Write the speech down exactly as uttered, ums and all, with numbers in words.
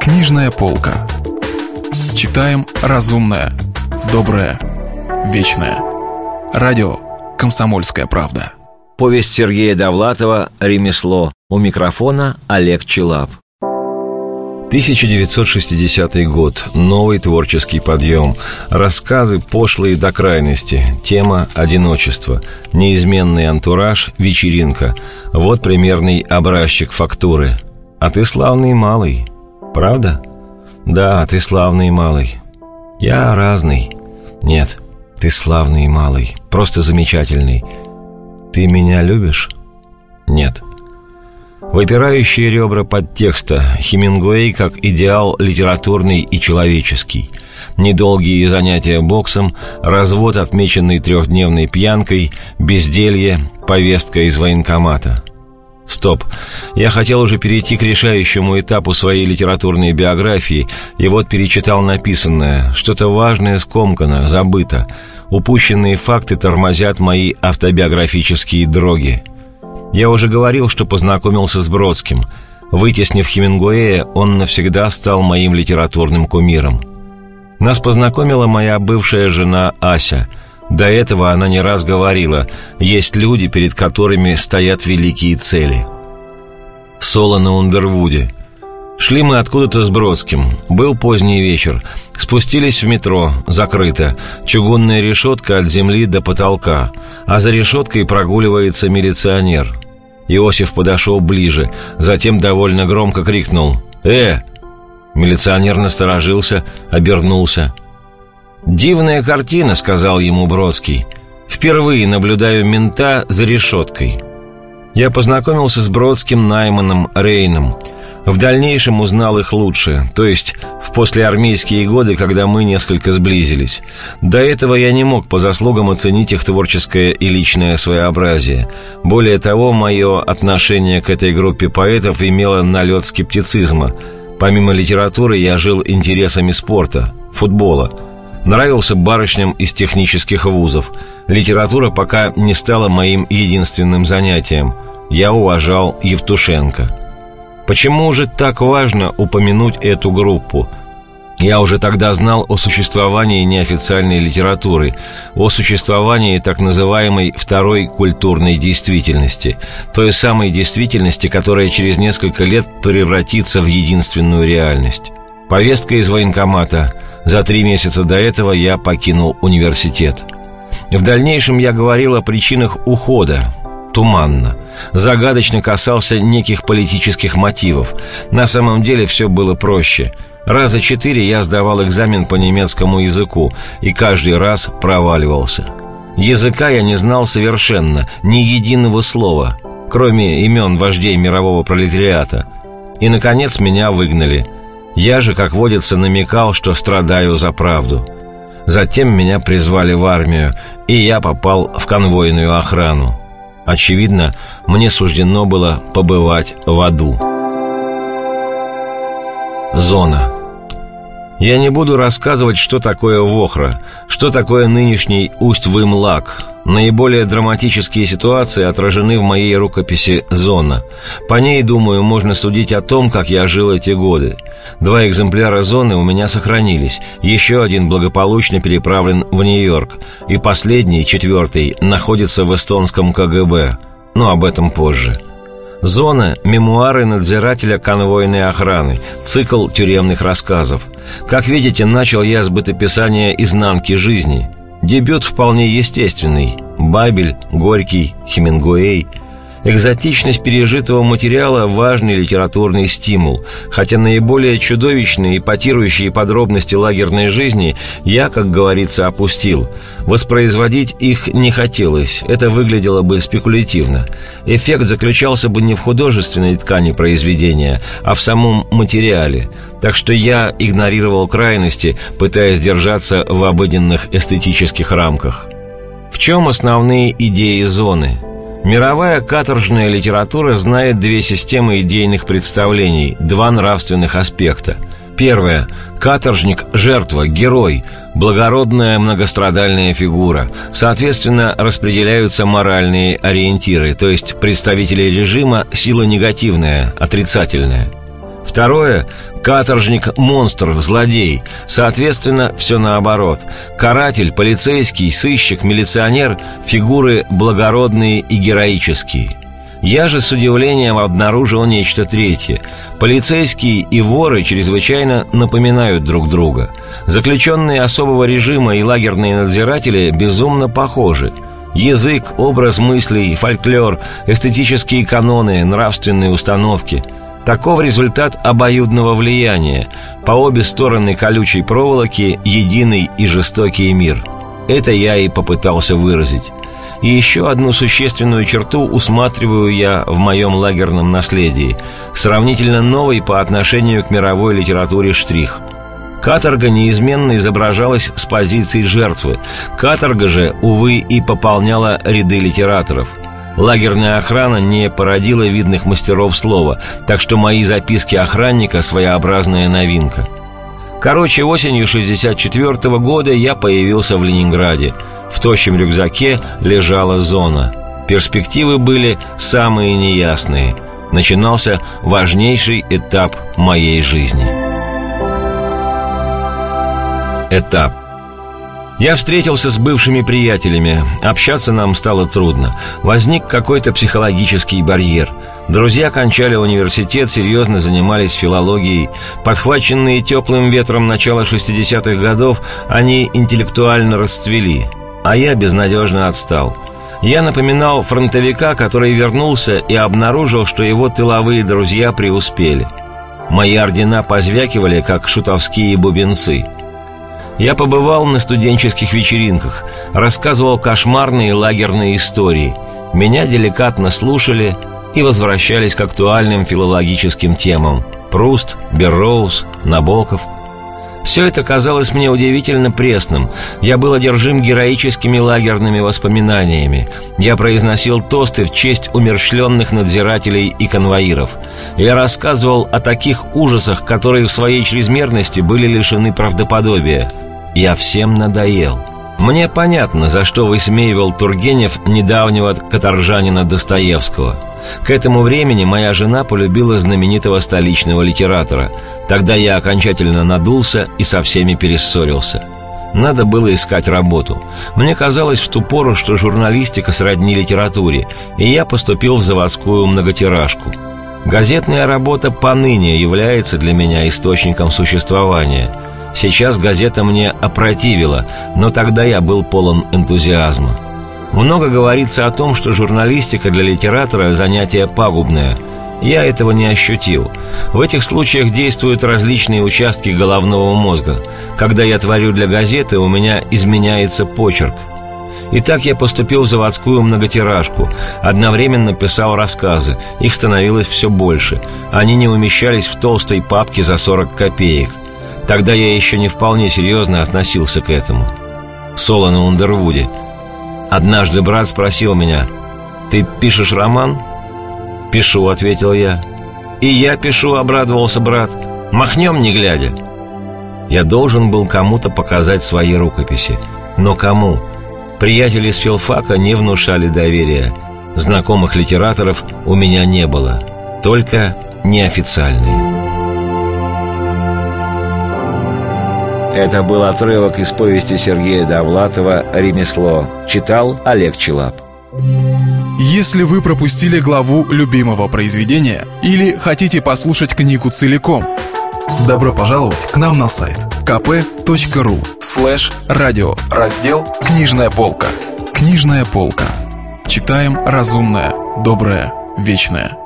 Книжная полка. Читаем разумное, доброе, вечное. Радио «Комсомольская правда». Повесть Сергея Довлатова «Ремесло». У микрофона Олег Челап. тысяча девятьсот шестидесятый год. Новый творческий подъем. Рассказы пошлые до крайности. Тема «Одиночество». Неизменный антураж. Вечеринка. Вот примерный образчик фактуры. А ты славный малый. Правда? Да, ты славный малый. Я разный. Нет, ты славный малый. Просто замечательный. Ты меня любишь? Нет. Выпирающие ребра подтекста. Хемингуэй как идеал литературный и человеческий. Недолгие занятия боксом, развод, отмеченный трехдневной пьянкой, безделье, повестка из военкомата. Стоп. Я хотел уже перейти к решающему этапу своей литературной биографии, и вот перечитал написанное. Что-то важное скомкано, забыто. Упущенные факты тормозят мои автобиографические дроги. Я уже говорил, что познакомился с Бродским. Вытеснив Хемингуэя, он навсегда стал моим литературным кумиром. Нас познакомила моя бывшая жена Ася. До этого она не раз говорила: есть люди, перед которыми стоят великие цели. Соло на Ундервуде. Шли мы откуда-то с Бродским. Был поздний вечер. Спустились в метро. Закрыто. Чугунная решетка от земли до потолка. А за решеткой прогуливается милиционер. Иосиф подошел ближе. Затем довольно громко крикнул: «Э!» Милиционер насторожился, обернулся. «Дивная картина», — сказал ему Бродский. «Впервые наблюдаю мента за решеткой». Я познакомился с Бродским, Найманом, Рейном. В дальнейшем узнал их лучше, то есть в послеармейские годы, когда мы несколько сблизились. До этого я не мог по заслугам оценить их творческое и личное своеобразие. Более того, мое отношение к этой группе поэтов имело налет скептицизма. Помимо литературы я жил интересами спорта, футбола. Нравился барышням из технических вузов. Литература пока не стала моим единственным занятием. Я уважал Евтушенко. Почему же так важно упомянуть эту группу? Я уже тогда знал о существовании неофициальной литературы, о существовании так называемой второй культурной действительности, той самой действительности, которая через несколько лет превратится в единственную реальность. Повестка из военкомата. За три месяца до этого я покинул университет. В дальнейшем я говорил о причинах ухода. Туманно. Загадочно касался неких политических мотивов. На самом деле все было проще. Раза четыре я сдавал экзамен по немецкому языку и каждый раз проваливался. Языка я не знал совершенно, ни единого слова, кроме имен вождей мирового пролетариата. И, наконец, меня выгнали. Я же, как водится, намекал, что страдаю за правду. Затем меня призвали в армию, и я попал в конвойную охрану. Очевидно, мне суждено было побывать в аду. Зона. Я не буду рассказывать, что такое Вохра, что такое нынешний Усть-Вымлак. Наиболее драматические ситуации отражены в моей рукописи «Зона». По ней, думаю, можно судить о том, как я жил эти годы. Два экземпляра «Зоны» у меня сохранились, еще один благополучно переправлен в Нью-Йорк, и последний, четвертый, находится в эстонском ка гэ бэ. Но об этом позже. «Зона» – мемуары надзирателя конвойной охраны, цикл тюремных рассказов. Как видите, начал я с бытописания изнанки жизни. Дебют вполне естественный. Бабель, Горький, Хемингуэй. Экзотичность пережитого материала – важный литературный стимул, хотя наиболее чудовищные и потирующие подробности лагерной жизни я, как говорится, опустил. Воспроизводить их не хотелось, это выглядело бы спекулятивно. Эффект заключался бы не в художественной ткани произведения, а в самом материале. Так что я игнорировал крайности, пытаясь держаться в обыденных эстетических рамках. В чем основные идеи «Зоны»? Мировая каторжная литература знает две системы идейных представлений, два нравственных аспекта. Первое. Каторжник – жертва, герой, благородная многострадальная фигура. Соответственно, распределяются моральные ориентиры, то есть представители режима – сила негативная, отрицательная. Второе – каторжник-монстр, злодей. Соответственно, все наоборот. Каратель, полицейский, сыщик, милиционер – фигуры благородные и героические. Я же с удивлением обнаружил нечто третье. Полицейские и воры чрезвычайно напоминают друг друга. Заключенные особого режима и лагерные надзиратели безумно похожи. Язык, образ мыслей, фольклор, эстетические каноны, нравственные установки – таков результат обоюдного влияния. По обе стороны колючей проволоки единый и жестокий мир. Это я и попытался выразить. И еще одну существенную черту усматриваю я в моем лагерном наследии, сравнительно новый по отношению к мировой литературе штрих. Каторга неизменно изображалась с позиции жертвы. Каторга же, увы, и пополняла ряды литераторов. Лагерная охрана не породила видных мастеров слова, так что мои записки охранника – своеобразная новинка. Короче, осенью шестьдесят четвёртого года я появился в Ленинграде. В тощем рюкзаке лежала зона. Перспективы были самые неясные. Начинался важнейший этап моей жизни. Этап. Я встретился с бывшими приятелями. Общаться нам стало трудно. Возник какой-то психологический барьер. Друзья кончали университет, серьезно занимались филологией. Подхваченные теплым ветром начала шестидесятых годов, они интеллектуально расцвели. А я безнадежно отстал. Я напоминал фронтовика, который вернулся и обнаружил, что его тыловые друзья преуспели. Мои ордена позвякивали, как шутовские бубенцы. Я побывал на студенческих вечеринках, рассказывал кошмарные лагерные истории. Меня деликатно слушали и возвращались к актуальным филологическим темам. Пруст, Берроуз, Набоков. Все это казалось мне удивительно пресным. Я был одержим героическими лагерными воспоминаниями. Я произносил тосты в честь умерщвленных надзирателей и конвоиров. Я рассказывал о таких ужасах, которые в своей чрезмерности были лишены правдоподобия. Я всем надоел. Мне понятно, за что высмеивал Тургенев недавнего каторжанина Достоевского. К этому времени моя жена полюбила знаменитого столичного литератора. Тогда я окончательно надулся и со всеми перессорился. Надо было искать работу. Мне казалось в ту пору, что журналистика сродни литературе, и я поступил в заводскую многотиражку. Газетная работа поныне является для меня источником существования. Сейчас газета мне опротивила, но тогда я был полон энтузиазма. Много говорится о том, что журналистика для литератора – занятие пагубное. Я этого не ощутил. В этих случаях действуют различные участки головного мозга. Когда я творю для газеты, у меня изменяется почерк. Итак, я поступил в заводскую многотиражку. Одновременно писал рассказы. Их становилось все больше. Они не умещались в толстой папке за сорок копеек. Тогда я еще не вполне серьезно относился к этому. Соло на Ундервуде. Однажды брат спросил меня: «Ты пишешь роман?» «Пишу», — ответил я. «И я пишу», — обрадовался брат. «Махнем, не глядя». Я должен был кому-то показать свои рукописи. Но кому? Приятели с филфака не внушали доверия. Знакомых литераторов у меня не было. Только неофициальные. Это был отрывок из повести Сергея Довлатова «Ремесло». Читал Олег Челап. Если вы пропустили главу любимого произведения или хотите послушать книгу целиком, добро пожаловать к нам на сайт kp.ru слэш радио, раздел «Книжная полка». Книжная полка. Читаем разумное, доброе, вечное.